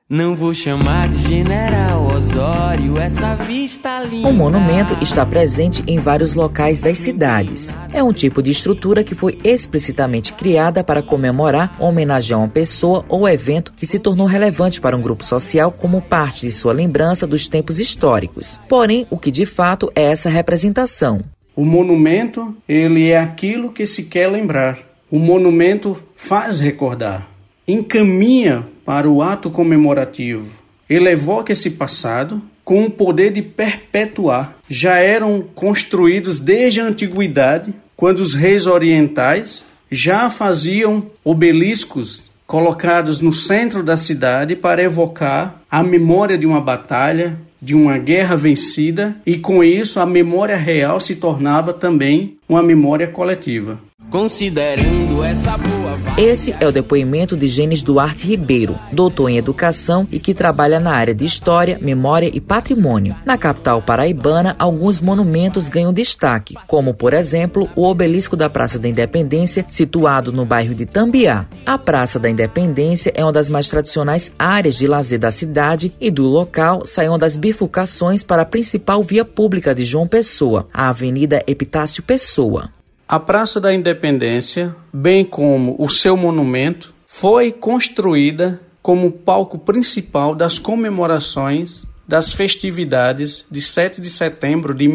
Não vou chamar de General Osório, essa vista linda. O monumento está presente em vários locais das cidades. É um tipo de estrutura que foi explicitamente criada para comemorar, homenagear uma pessoa ou evento que se tornou relevante para um grupo social como parte de sua lembrança dos tempos históricos. Porém, o que de fato é essa representação? O monumento, ele é aquilo que se quer lembrar. O monumento faz recordar, encaminha para o ato comemorativo. Ele evoca esse passado com o poder de perpetuar. Já eram construídos desde a antiguidade, quando os reis orientais já faziam obeliscos colocados no centro da cidade para evocar a memória de uma batalha, de uma guerra vencida, e com isso a memória real se tornava também uma memória coletiva. Considerando essa boa vibe. Esse é o depoimento de Gênesis Duarte Ribeiro, doutor em educação e que trabalha na área de história, memória e patrimônio. Na capital paraibana, alguns monumentos ganham destaque, como, por exemplo, o obelisco da Praça da Independência, situado no bairro de Tambiá. A Praça da Independência é uma das mais tradicionais áreas de lazer da cidade e do local saem uma das bifurcações para a principal via pública de João Pessoa, a Avenida Epitácio Pessoa. A Praça da Independência, bem como o seu monumento, foi construída como palco principal das comemorações das festividades de 7 de setembro de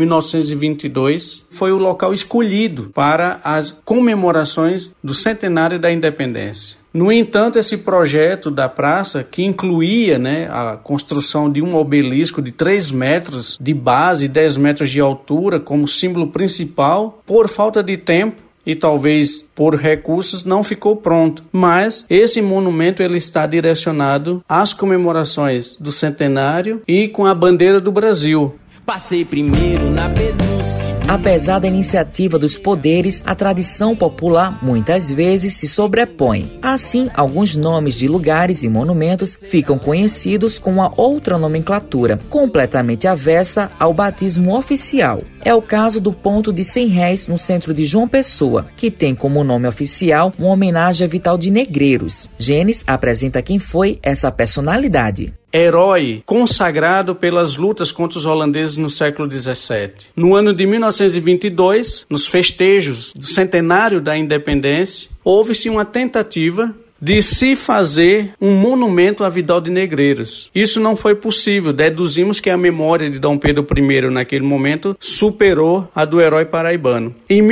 1922. Foi o local escolhido para as comemorações do centenário da independência. No entanto, esse projeto da praça, que incluía a construção de um obelisco de 3 metros de base e 10 metros de altura como símbolo principal, por falta de tempo e talvez por recursos, não ficou pronto. Mas esse monumento ele está direcionado às comemorações do centenário e com a bandeira do Brasil. Passei primeiro na Pedúcia. Apesar da iniciativa dos poderes, a tradição popular muitas vezes se sobrepõe. Assim, alguns nomes de lugares e monumentos ficam conhecidos com uma outra nomenclatura, completamente avessa ao batismo oficial. É o caso do ponto de 100 réis no centro de João Pessoa, que tem como nome oficial uma homenagem a Vital de Negreiros. Gênesis apresenta quem foi essa personalidade. Herói consagrado pelas lutas contra os holandeses no século XVII. No ano de 1922, nos festejos do centenário da independência, houve-se uma tentativa de se fazer um monumento a Vidal de Negreiros. Isso não foi possível. Deduzimos que a memória de Dom Pedro I naquele momento superou a do herói paraibano. Em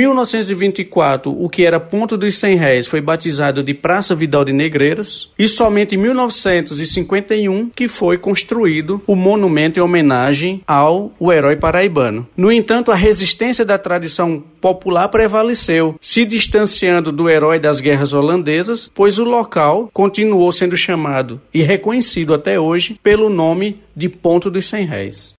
1924, o que era Ponto dos 100 Réis foi batizado de Praça Vidal de Negreiros e somente em 1951 que foi construído o monumento em homenagem ao herói paraibano. No entanto, a resistência da tradição popular prevaleceu, se distanciando do herói das guerras holandesas, pois o local continuou sendo chamado e reconhecido até hoje pelo nome de Ponto dos 100 Réis.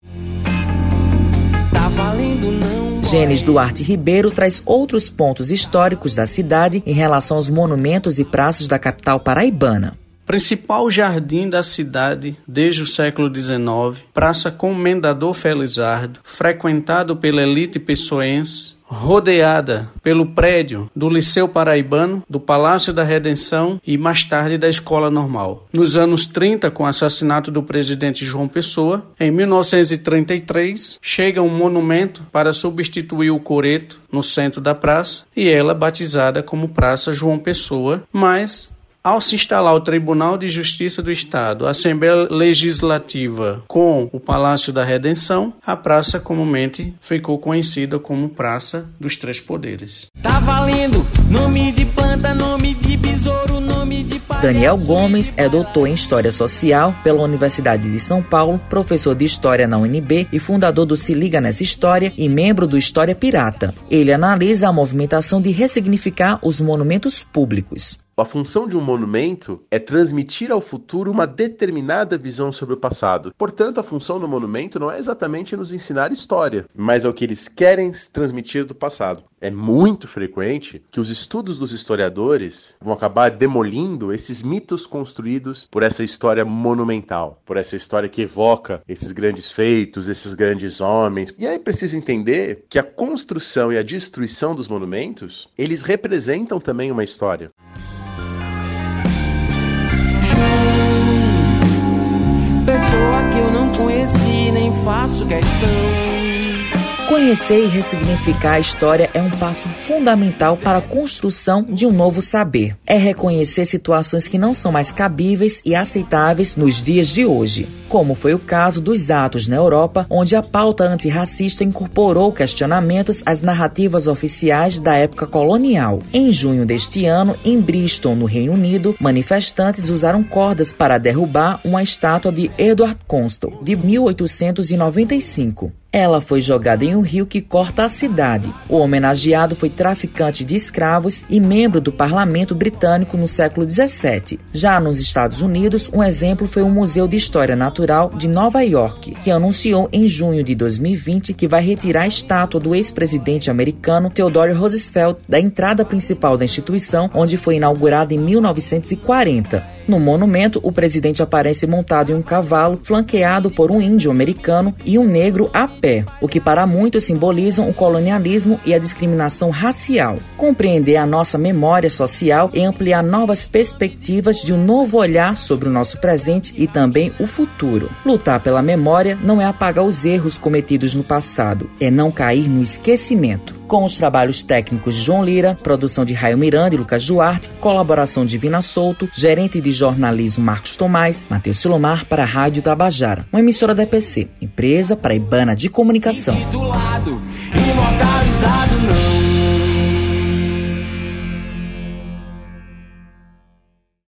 Tá valendo não. Gênesis Duarte Ribeiro traz outros pontos históricos da cidade em relação aos monumentos e praças da capital paraibana. Principal jardim da cidade desde o século XIX, Praça Comendador Felizardo, frequentado pela elite pessoense, rodeada pelo prédio do Liceu Paraibano, do Palácio da Redenção e mais tarde da Escola Normal. Nos anos 30, com o assassinato do presidente João Pessoa, em 1933, chega um monumento para substituir o coreto no centro da praça e ela batizada como Praça João Pessoa, mas ao se instalar o Tribunal de Justiça do Estado, a Assembleia Legislativa com o Palácio da Redenção, a praça comumente ficou conhecida como Praça dos Três Poderes. Tá valendo nome de planta, nome de besouro, nome de palhaço. Daniel Gomes é doutor em História Social pela Universidade de São Paulo, professor de História na UNB e fundador do Se Liga Nessa História e membro do História Pirata. Ele analisa a movimentação de ressignificar os monumentos públicos. A função de um monumento é transmitir ao futuro uma determinada visão sobre o passado. Portanto, a função do monumento não é exatamente nos ensinar história, mas é o que eles querem transmitir do passado. É muito frequente que os estudos dos historiadores vão acabar demolindo esses mitos construídos por essa história monumental, por essa história que evoca esses grandes feitos, esses grandes homens. E aí é preciso entender que a construção e a destruição dos monumentos, eles representam também uma história. não faço questão. Conhecer e ressignificar a história é um passo fundamental para a construção de um novo saber. É reconhecer situações que não são mais cabíveis e aceitáveis nos dias de hoje, como foi o caso dos atos na Europa, onde a pauta antirracista incorporou questionamentos às narrativas oficiais da época colonial. Em junho deste ano, em Bristol, no Reino Unido, manifestantes usaram cordas para derrubar uma estátua de Edward Constable, de 1895. Ela foi jogada em um rio que corta a cidade. O homenageado foi traficante de escravos e membro do parlamento britânico no século XVII. Já nos Estados Unidos, um exemplo foi o Museu de História Natural de Nova York, que anunciou em junho de 2020 que vai retirar a estátua do ex-presidente americano Theodore Roosevelt da entrada principal da instituição, onde foi inaugurada em 1940. No monumento, o presidente aparece montado em um cavalo, flanqueado por um índio americano e um negro a pé, o que para muitos simbolizam o colonialismo e a discriminação racial. Compreender a nossa memória social e ampliar novas perspectivas de um novo olhar sobre o nosso presente e também o futuro. Lutar pela memória não é apagar os erros cometidos no passado, é não cair no esquecimento. Com os trabalhos técnicos de João Lira, produção de Raio Miranda e Lucas Duarte, colaboração de Vina Souto, gerente de jornalismo Marcos Tomás, Matheus Silomar para a Rádio Tabajara, uma emissora da EPC, empresa paraibana de comunicação. Do lado, imortalizado não.